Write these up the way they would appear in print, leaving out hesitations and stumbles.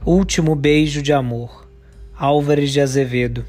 Último beijo de amor. Álvares de Azevedo.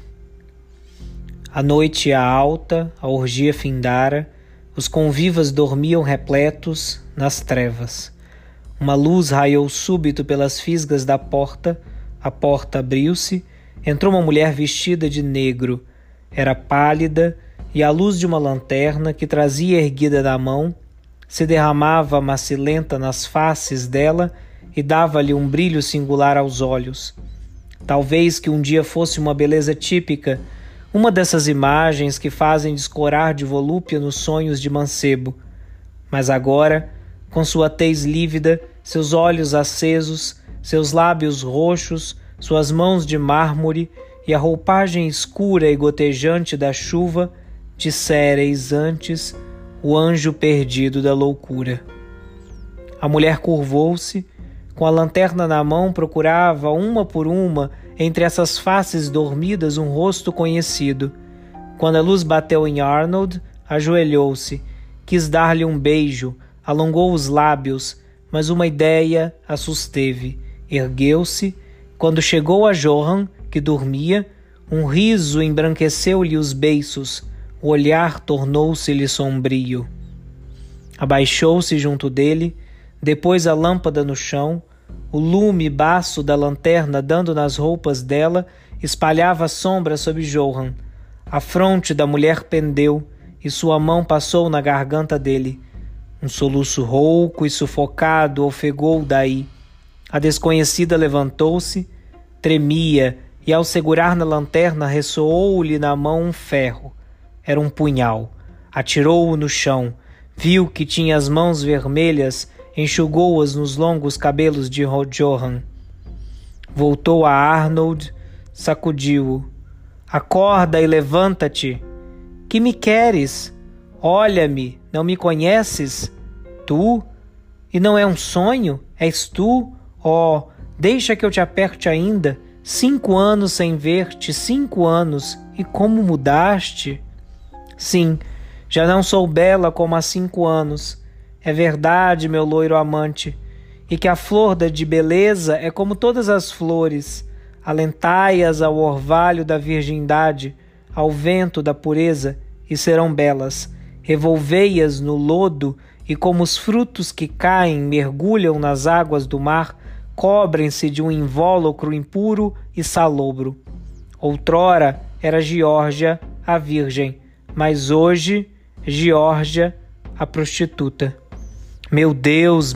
A noite ia alta, a orgia findara, os convivas dormiam repletos nas trevas. Uma luz raiou súbito pelas fisgas da porta, a porta abriu-se, entrou uma mulher vestida de negro. Era pálida, e a luz de uma lanterna que trazia erguida na mão se derramava macilenta nas faces dela e dava-lhe um brilho singular aos olhos. Talvez que um dia fosse uma beleza típica, uma dessas imagens que fazem descorar de volúpia nos sonhos de mancebo. Mas agora, com sua tez lívida, seus olhos acesos, seus lábios roxos, suas mãos de mármore e a roupagem escura e gotejante da chuva, dissereis antes o anjo perdido da loucura. A mulher curvou-se, com a lanterna na mão procurava uma por uma entre essas faces dormidas um rosto conhecido. Quando a luz bateu em Arnold, ajoelhou-se, quis dar-lhe um beijo, alongou os lábios, mas uma ideia a susteve. Ergueu-se. Quando chegou a Johann, que dormia, um riso embranqueceu-lhe os beiços, o olhar tornou-se-lhe sombrio. Abaixou-se junto dele, depois a lâmpada no chão, o lume baço da lanterna dando nas roupas dela espalhava sombra sobre Johann. A fronte da mulher pendeu e sua mão passou na garganta dele. Um soluço rouco e sufocado ofegou daí. A desconhecida levantou-se, tremia e ao segurar na lanterna ressoou-lhe na mão um ferro. Era um punhal. Atirou-o no chão. Viu que tinha as mãos vermelhas, enxugou-as nos longos cabelos de Johann. Voltou a Arnold, sacudiu-o. Acorda e levanta-te. Que me queres? Olha-me, não me conheces? Tu? E não é um sonho? És tu? Oh, deixa que eu te aperte ainda. 5 anos sem ver-te, 5 anos, e como mudaste? Sim, já não sou bela como há 5 anos. É verdade, meu loiro amante, e que a flor de beleza é como todas as flores. Alentai-as ao orvalho da virgindade, ao vento da pureza, e serão belas. Revolvei-as no lodo, e como os frutos que caem mergulham nas águas do mar, cobrem-se de um invólucro impuro e salobro. Outrora era Geórgia a virgem, mas hoje Geórgia a prostituta. Meu Deus,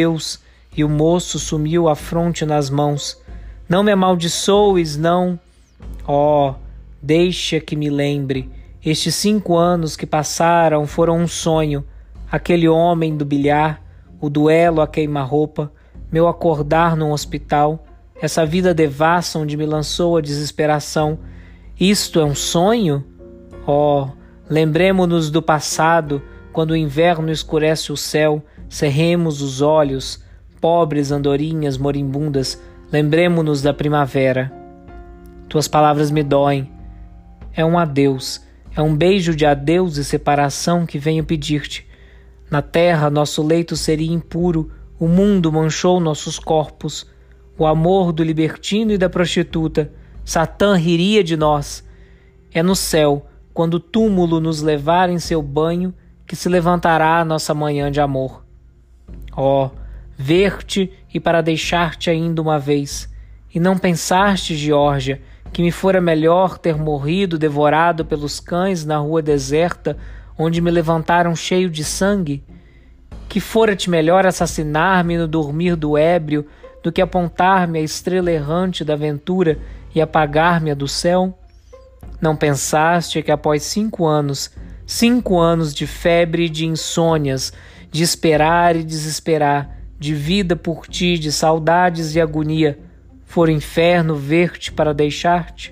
e o moço sumiu a fronte nas mãos. Não me amaldiçoes, não. Oh, deixa que me lembre. Estes 5 anos que passaram foram um sonho. Aquele homem do bilhar, o duelo a queima-roupa, meu acordar num hospital, essa vida devassa onde me lançou a desesperação. Isto é um sonho? Oh, lembremo-nos do passado, quando o inverno escurece o céu, cerremos os olhos, pobres andorinhas moribundas, lembremo-nos da primavera. Tuas palavras me doem. É um adeus, é um beijo de adeus e separação que venho pedir-te. Na terra nosso leito seria impuro, o mundo manchou nossos corpos. O amor do libertino e da prostituta, Satã riria de nós. É no céu, quando o túmulo nos levar em seu banho, que se levantará a nossa manhã de amor. Oh, ver-te e para deixar-te ainda uma vez. E não pensaste, Geórgia, que me fora melhor ter morrido devorado pelos cães na rua deserta, onde me levantaram cheio de sangue? Que fora-te melhor assassinar-me no dormir do ébrio do que apontar-me a estrela errante da aventura e apagar-me a do céu? Não pensaste que após 5 anos, 5 anos de febre e de insônias, de esperar e desesperar, de vida por ti, de saudades e agonia, for inferno ver-te para deixar-te?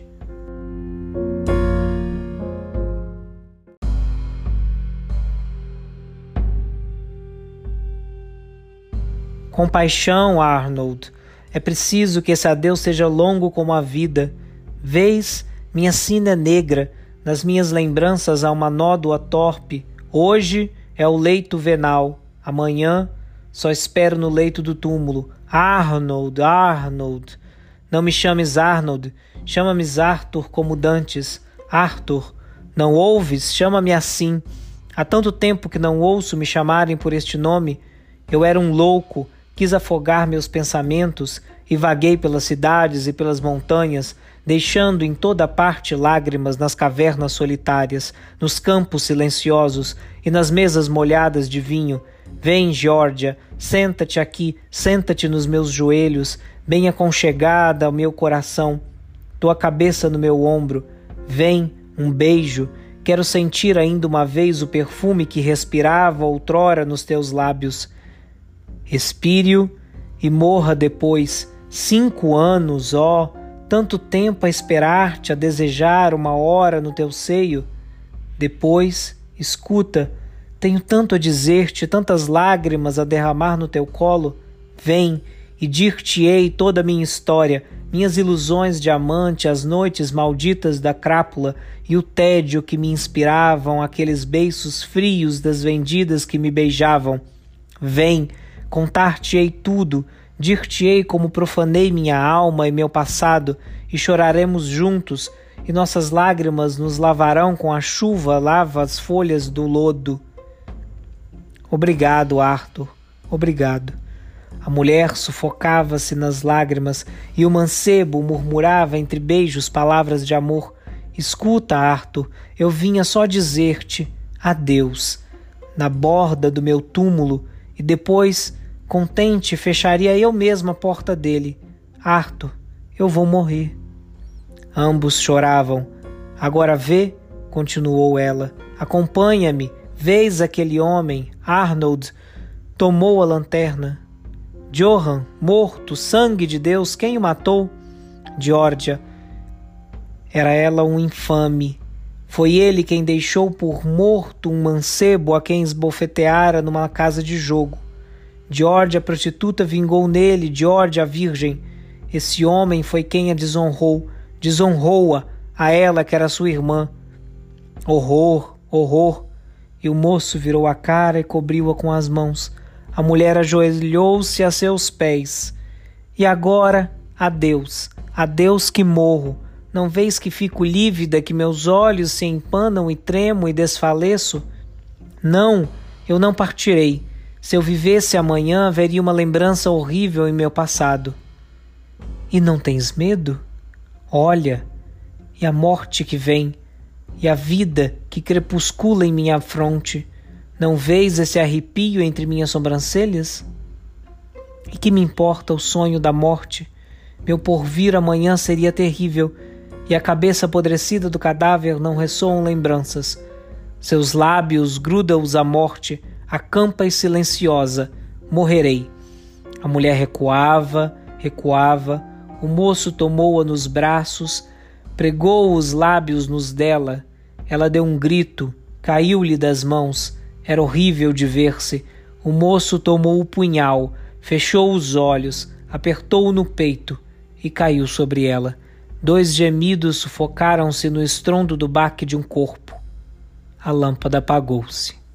Compaixão, Arnold. É preciso que esse adeus seja longo como a vida. Vês, minha sina é negra, nas minhas lembranças há uma nódoa torpe. Hoje é o leito venal, amanhã só espero no leito do túmulo. Arnold, Arnold, não me chames Arnold, chama-me Arthur como dantes. Arthur, não ouves? Chama-me assim. Há tanto tempo que não ouço me chamarem por este nome. Eu era um louco, quis afogar meus pensamentos e vaguei pelas cidades e pelas montanhas, deixando em toda parte lágrimas nas cavernas solitárias, nos campos silenciosos e nas mesas molhadas de vinho. Vem, Geórgia, senta-te aqui, senta-te nos meus joelhos, bem aconchegada ao meu coração, tua cabeça no meu ombro. Vem, um beijo, quero sentir ainda uma vez o perfume que respirava outrora nos teus lábios. Respire-o e morra depois. 5 anos, ó, tanto tempo a esperar-te, a desejar uma hora no teu seio. Depois, escuta, tenho tanto a dizer-te, tantas lágrimas a derramar no teu colo. Vem e dir-te-ei toda a minha história, minhas ilusões de amante, as noites malditas da crápula e o tédio que me inspiravam aqueles beiços frios das vendidas que me beijavam. Vem, contar-te-ei tudo, dir-te-ei como profanei minha alma e meu passado, e choraremos juntos, e nossas lágrimas nos lavarão com a chuva, lava as folhas do lodo. Obrigado, Arthur, obrigado. A mulher sufocava-se nas lágrimas e o mancebo murmurava entre beijos palavras de amor. Escuta, Arthur, eu vinha só dizer-te adeus, na borda do meu túmulo, e depois, contente, fecharia eu mesma a porta dele. Arthur, eu vou morrer. Ambos choravam. Agora vê, continuou ela, acompanha-me, vês aquele homem, Arnold, tomou a lanterna. Johann, morto, sangue de Deus, quem o matou? Geórgia, era ela um infame. Foi ele quem deixou por morto um mancebo a quem esbofeteara numa casa de jogo. Geórgia, a prostituta, vingou nele, Geórgia, a virgem. Esse homem foi quem a desonrou, desonrou-a, a ela que era sua irmã. Horror, horror! E o moço virou a cara e cobriu-a com as mãos. A mulher ajoelhou-se a seus pés. E agora, adeus, adeus que morro. Não vês que fico lívida, que meus olhos se empanam e tremo e desfaleço? Não, eu não partirei. Se eu vivesse amanhã, haveria uma lembrança horrível em meu passado. E não tens medo? Olha, e a morte que vem, e a vida que crepuscula em minha fronte. Não vês esse arrepio entre minhas sobrancelhas? E que me importa o sonho da morte? Meu porvir amanhã seria terrível, e a cabeça apodrecida do cadáver não ressoam lembranças. Seus lábios gruda-os a morte, acampa e silenciosa. Morrerei. A mulher recuava, recuava. O moço tomou-a nos braços, pregou os lábios nos dela. Ela deu um grito, caiu-lhe das mãos. Era horrível de ver-se. O moço tomou o punhal, fechou os olhos, apertou-o no peito e caiu sobre ela. 2 gemidos sufocaram-se no estrondo do baque de um corpo. A lâmpada apagou-se.